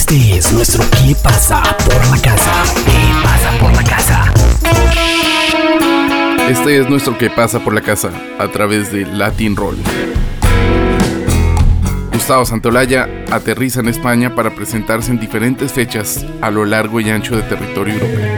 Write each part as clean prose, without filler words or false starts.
Este es nuestro ¿Qué pasa por la casa? ¿Qué pasa por la casa? Este es nuestro ¿Qué pasa por la casa? A través de Latin Roll. Gustavo Santaolalla aterriza en España para presentarse en diferentes fechas a lo largo y ancho de territorio europeo.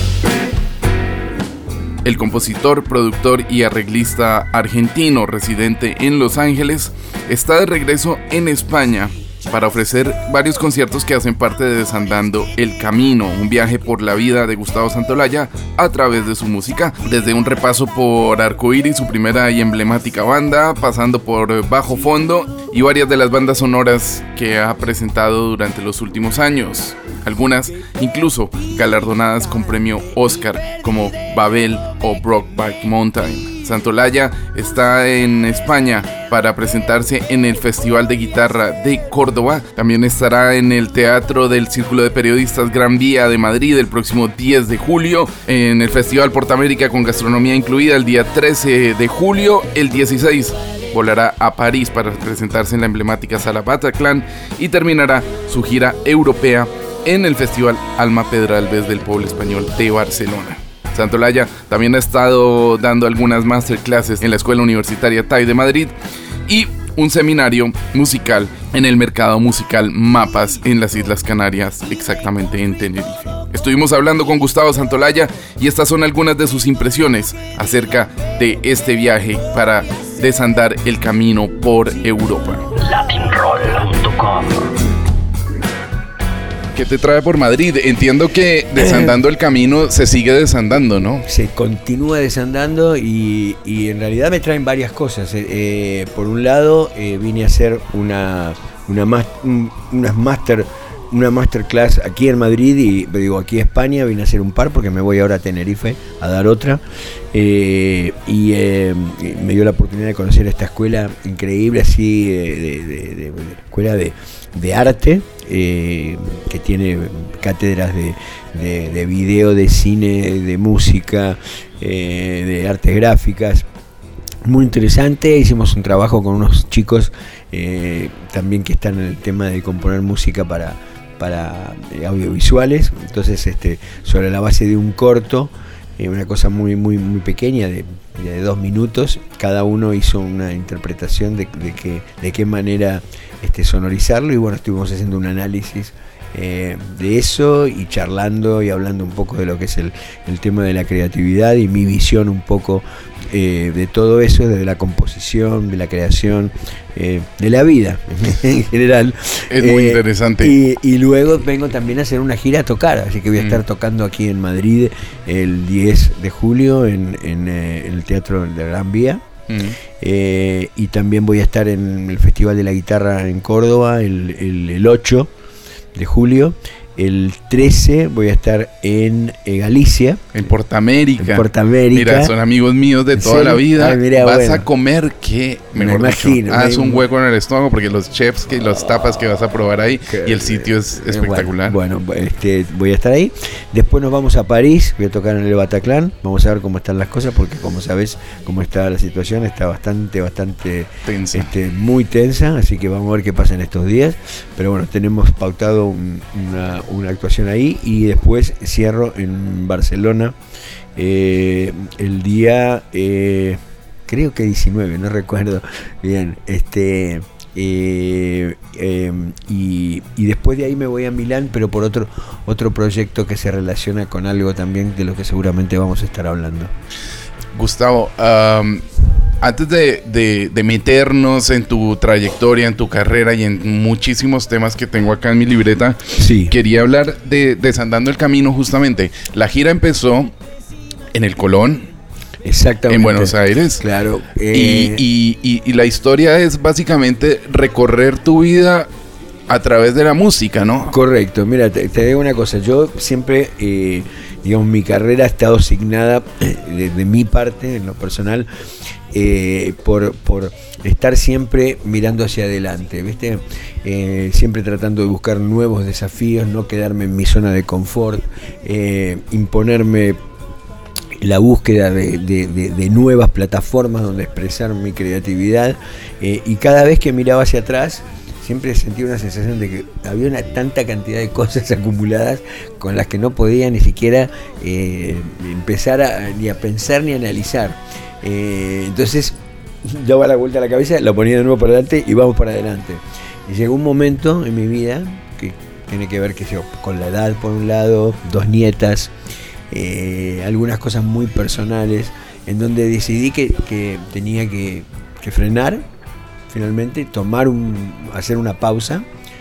El compositor, productor y arreglista argentino residente en Los Ángeles está de regreso en España para ofrecer varios conciertos que hacen parte de Desandando el Camino, un viaje por la vida de Gustavo Santaolalla a través de su música, desde un repaso por Arcoíris, su primera y emblemática banda, pasando por Bajo Fondo y varias de las bandas sonoras que ha presentado durante los últimos años, algunas incluso galardonadas con premio Oscar como Babel o Brokeback Mountain. Santaolalla está en España para presentarse en el Festival de Guitarra de Córdoba. También estará en el Teatro del Círculo de Periodistas Gran Vía de Madrid el próximo 10 de julio. En el Festival Portamérica con gastronomía incluida el día 13 de julio. El 16 volará a París para presentarse en la emblemática Sala Bataclan y terminará su gira europea en el Festival Alma Pedralbes del Pueblo Español de Barcelona. Santaolalla también ha estado dando algunas masterclasses en la Escuela Universitaria TAI de Madrid y un seminario musical en el mercado musical Mapas en las Islas Canarias, exactamente en Tenerife. Estuvimos hablando con Gustavo Santaolalla y estas son algunas de sus impresiones acerca de este viaje para desandar el camino por Europa. Latinroll.com. ¿Qué te trae por Madrid? Entiendo que desandando el camino se sigue desandando, ¿no? Se continúa desandando y en realidad me traen varias cosas. Por un lado, vine a hacer una masterclass aquí en Madrid y aquí en España. Vine a hacer un par porque me voy ahora a Tenerife a dar otra. Me dio la oportunidad de conocer esta escuela increíble, así, de escuela de arte, que tiene cátedras de video, de cine, de música, de artes gráficas. Muy interesante. Hicimos un trabajo con unos chicos también que están en el tema de componer música para audiovisuales. Entonces, sobre la base de un corto, una cosa muy pequeña de 2 minutos, cada uno hizo una interpretación de qué manera sonorizarlo, y bueno, estuvimos haciendo un análisis de eso y charlando y hablando un poco de lo que es el tema de la creatividad y mi visión un poco de todo eso, desde la composición, de la creación, de la vida en general. Es muy interesante. Y luego vengo también a hacer una gira a tocar, así que voy a estar tocando aquí en Madrid el 10 de julio en el Teatro de Gran Vía. Y también voy a estar en el Festival de la Guitarra en Córdoba el 8 de julio. El 13 voy a estar en Galicia. En Portamérica. Mira, son amigos míos de toda la vida. Ay, mira, vas bueno. a comer que, mejor me dicho, imagino, haz un hueco en el estómago porque los chefs, los tapas que vas a probar ahí y el sitio es espectacular. Bueno, voy a estar ahí. Después nos vamos a París, voy a tocar en el Bataclan. Vamos a ver cómo están las cosas porque, como sabes, cómo está la situación, está bastante tensa. Muy tensa, así que vamos a ver qué pasa en estos días. Pero bueno, tenemos pautado una actuación ahí y después cierro en Barcelona el día creo que 19, no recuerdo bien, y después de ahí me voy a Milán, pero por otro proyecto que se relaciona con algo también de lo que seguramente vamos a estar hablando. Gustavo, antes de meternos en tu trayectoria, en tu carrera y en muchísimos temas que tengo acá en mi libreta, sí, quería hablar de Desandando el Camino justamente. La gira empezó en el Colón, exactamente, en Buenos Aires. Claro. Y la historia es básicamente recorrer tu vida a través de la música, ¿no? Correcto. Mira, te digo una cosa. Yo siempre, digamos, mi carrera ha estado asignada, de mi parte, en lo personal, por estar siempre mirando hacia adelante, ¿viste? Siempre tratando de buscar nuevos desafíos, no quedarme en mi zona de confort, imponerme la búsqueda de nuevas plataformas donde expresar mi creatividad, y cada vez que miraba hacia atrás siempre sentí una sensación de que había una tanta cantidad de cosas acumuladas con las que no podía ni siquiera empezar ni a pensar ni a analizar. Entonces daba la vuelta a la cabeza, la ponía de nuevo para adelante y vamos para adelante. Y llegó un momento en mi vida que tiene que ver con la edad por un lado, 2 nietas, algunas cosas muy personales, en donde decidí que tenía que frenar, finalmente, hacer una pausa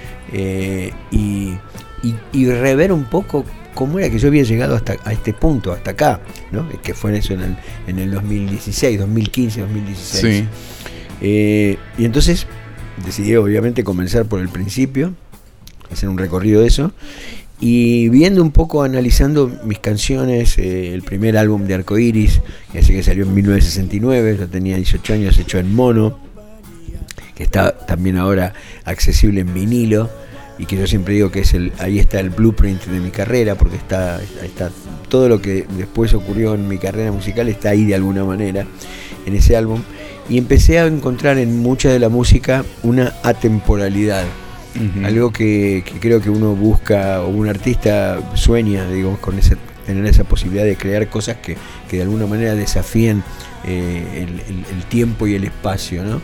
y rever un poco cómo era que yo había llegado a este punto, hasta acá, ¿no? Que fue eso en el 2016, 2015, 2016. Sí. Y entonces decidí obviamente comenzar por el principio, hacer un recorrido de eso, y viendo un poco, analizando mis canciones, el primer álbum de Arcoiris, que salió en 1969, yo tenía 18 años, hecho en mono, que está también ahora accesible en vinilo, y que yo siempre digo que ahí está el blueprint de mi carrera, porque está todo lo que después ocurrió en mi carrera musical está ahí de alguna manera, en ese álbum, y empecé a encontrar en mucha de la música una atemporalidad. Uh-huh. Algo que creo que uno busca, o un artista sueña, digamos, con tener esa posibilidad de crear cosas que de alguna manera desafíen el tiempo y el espacio, ¿no?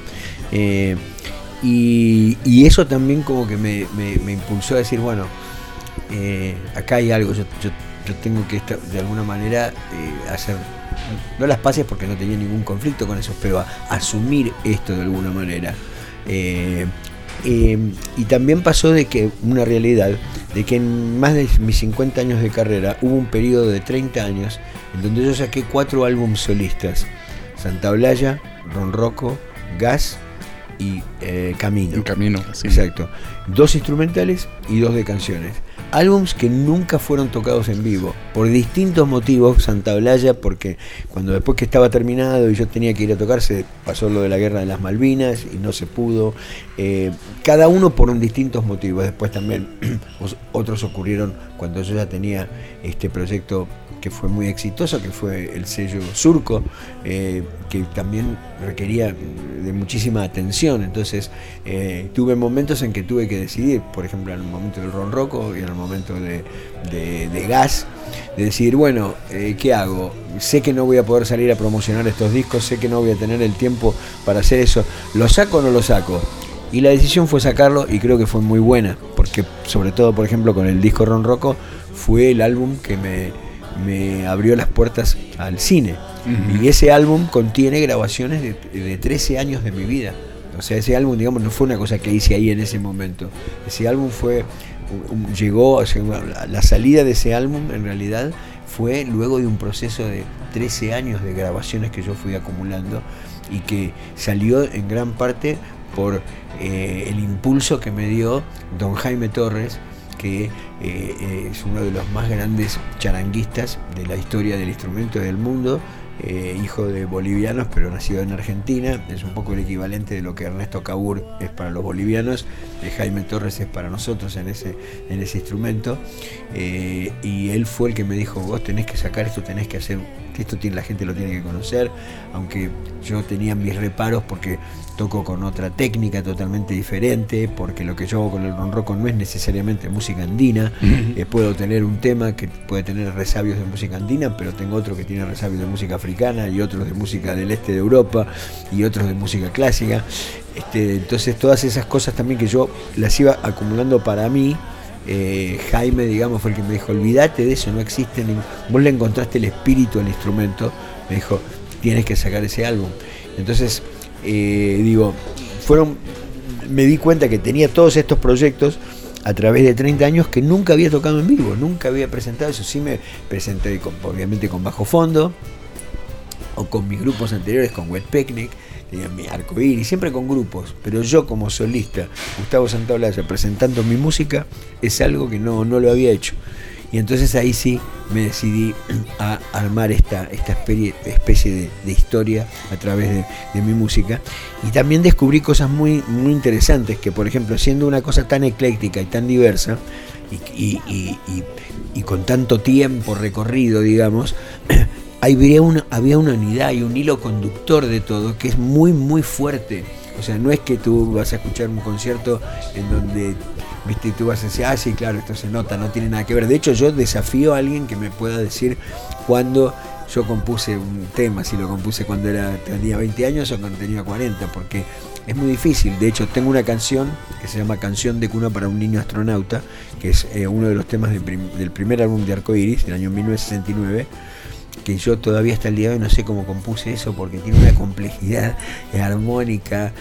Y eso también como que me impulsó a decir, bueno, acá hay algo, yo tengo que de alguna manera hacer, no las paces porque no tenía ningún conflicto con eso, pero asumir esto de alguna manera. Y también pasó de que una realidad de que en más de mis 50 años de carrera hubo un periodo de 30 años en donde yo saqué 4 álbumes solistas: Santa Olalla, Ronroco, Gas y Camino. Camino, sí. Exacto. 2 instrumentales y 2 de canciones. Álbums que nunca fueron tocados en vivo, por distintos motivos. Santa Olalla, porque después que estaba terminado y yo tenía que ir a tocar, se pasó lo de la guerra de las Malvinas y no se pudo. Cada uno por distintos motivos. Después también otros ocurrieron cuando yo ya tenía este proyecto que fue muy exitoso, que fue el sello Surco, que también requería de muchísima atención. Entonces tuve momentos en que tuve que decidir, por ejemplo en el momento del Ronroco y en el momento de Gas, de decidir, bueno, ¿qué hago? Sé que no voy a poder salir a promocionar estos discos, sé que no voy a tener el tiempo para hacer eso, ¿lo saco o no lo saco? Y la decisión fue sacarlo, y creo que fue muy buena, porque sobre todo, por ejemplo, con el disco Ronroco fue el álbum que me abrió las puertas al cine. Uh-huh. Y ese álbum contiene grabaciones de 13 años de mi vida. O sea, ese álbum, digamos, no fue una cosa que hice ahí en ese momento. Ese álbum llegó, o sea, la salida de ese álbum en realidad fue luego de un proceso de 13 años de grabaciones que yo fui acumulando, y que salió en gran parte por el impulso que me dio don Jaime Torres, que es uno de los más grandes charanguistas de la historia del instrumento del mundo, hijo de bolivianos pero nacido en Argentina. Es un poco el equivalente de lo que Ernesto Cabur es para los bolivianos, Jaime Torres es para nosotros en ese instrumento, y él fue el que me dijo: vos tenés que sacar esto, tenés que hacer esto, la gente lo tiene que conocer. Aunque yo tenía mis reparos porque toco con otra técnica totalmente diferente, porque lo que yo hago con el Ronroco no es necesariamente música andina. Puedo tener un tema que puede tener resabios de música andina, pero tengo otro que tiene resabios de música africana, y otros de música del este de Europa, y otros de música clásica. Entonces todas esas cosas también que yo las iba acumulando para mí. Jaime, digamos, fue el que me dijo: olvídate de eso, no existe vos le encontraste el espíritu al instrumento. Me dijo: tienes que sacar ese álbum. Entonces me di cuenta que tenía todos estos proyectos a través de 30 años que nunca había tocado en vivo, nunca había presentado. Eso sí, me presenté obviamente con bajo fondo, o con mis grupos anteriores, con Wet Picnic, tenía mi Arcoiris, siempre con grupos, pero yo como solista, Gustavo Santaolalla, presentando mi música, es algo que no lo había hecho. Y entonces ahí sí me decidí a armar esta especie de historia a través de mi música. Y también descubrí cosas muy, muy interesantes, que por ejemplo, siendo una cosa tan ecléctica y tan diversa, y con tanto tiempo recorrido, digamos, había una unidad y un hilo conductor de todo que es muy, muy fuerte. O sea, no es que tú vas a escuchar un concierto en donde, viste, tú vas a decir, sí, claro, esto se nota, no tiene nada que ver. De hecho, yo desafío a alguien que me pueda decir cuándo yo compuse un tema, si lo compuse cuando tenía 20 años o cuando tenía 40, porque es muy difícil. De hecho, tengo una canción que se llama Canción de cuna para un niño astronauta, que es uno de los temas del primer álbum de Arcoiris, del año 1969, que yo todavía hasta el día de hoy no sé cómo compuse eso, porque tiene una complejidad armónica,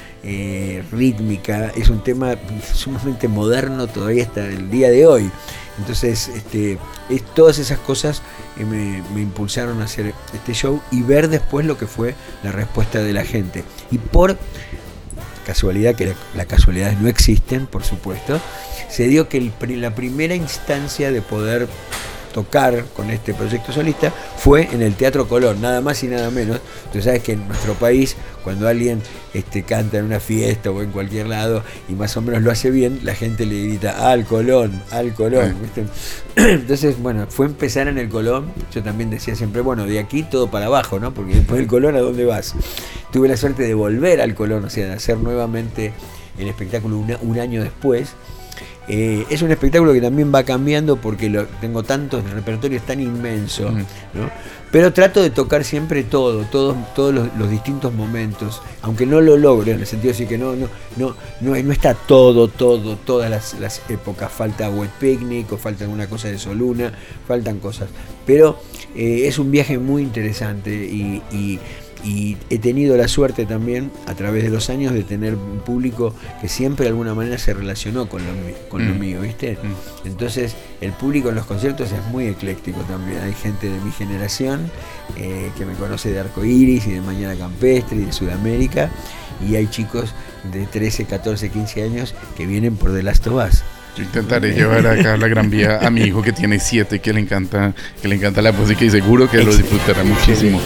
rítmica. Es un tema sumamente moderno todavía hasta el día de hoy. Entonces, todas esas cosas me impulsaron a hacer este show y ver después lo que fue la respuesta de la gente. Y por casualidad, que las casualidades no existen, por supuesto, se dio que la primera instancia de poder tocar con este proyecto solista fue en el Teatro Colón, nada más y nada menos. Tú sabes que en nuestro país, cuando alguien canta en una fiesta o en cualquier lado y más o menos lo hace bien, la gente le grita al Colón, ¿viste? Entonces, bueno, fue empezar en el Colón. Yo también decía siempre, bueno, de aquí todo para abajo, ¿no? Porque después del Colón, ¿a dónde vas? Tuve la suerte de volver al Colón, o sea, de hacer nuevamente el espectáculo un año después. Es un espectáculo que también va cambiando porque tengo tantos, el repertorio es tan inmenso, ¿no? Pero trato de tocar siempre todos los distintos momentos, aunque no lo logro, en el sentido de decir que no está todas las épocas. Falta Wet Picnic o falta alguna cosa de Soluna, faltan cosas, pero es un viaje muy interesante y he tenido la suerte también a través de los años de tener un público que siempre de alguna manera se relacionó con lo mío, ¿viste? Entonces el público en los conciertos es muy ecléctico también. Hay gente de mi generación que me conoce de Arcoiris y de Mañana Campestre y de Sudamérica, y hay chicos de 13, 14, 15 años que vienen por The Last of Us. Yo intentaré llevar acá a la Gran Vía a mi hijo que tiene 7, que le encanta la música, y seguro que lo disfrutará muchísimo.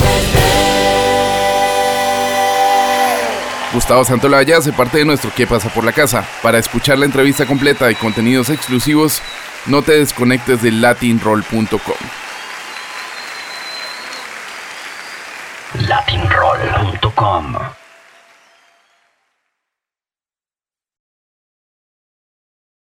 Gustavo Santaolalla hace parte de nuestro ¿Qué pasa por la casa? Para escuchar la entrevista completa y contenidos exclusivos, no te desconectes de latinroll.com. latinroll.com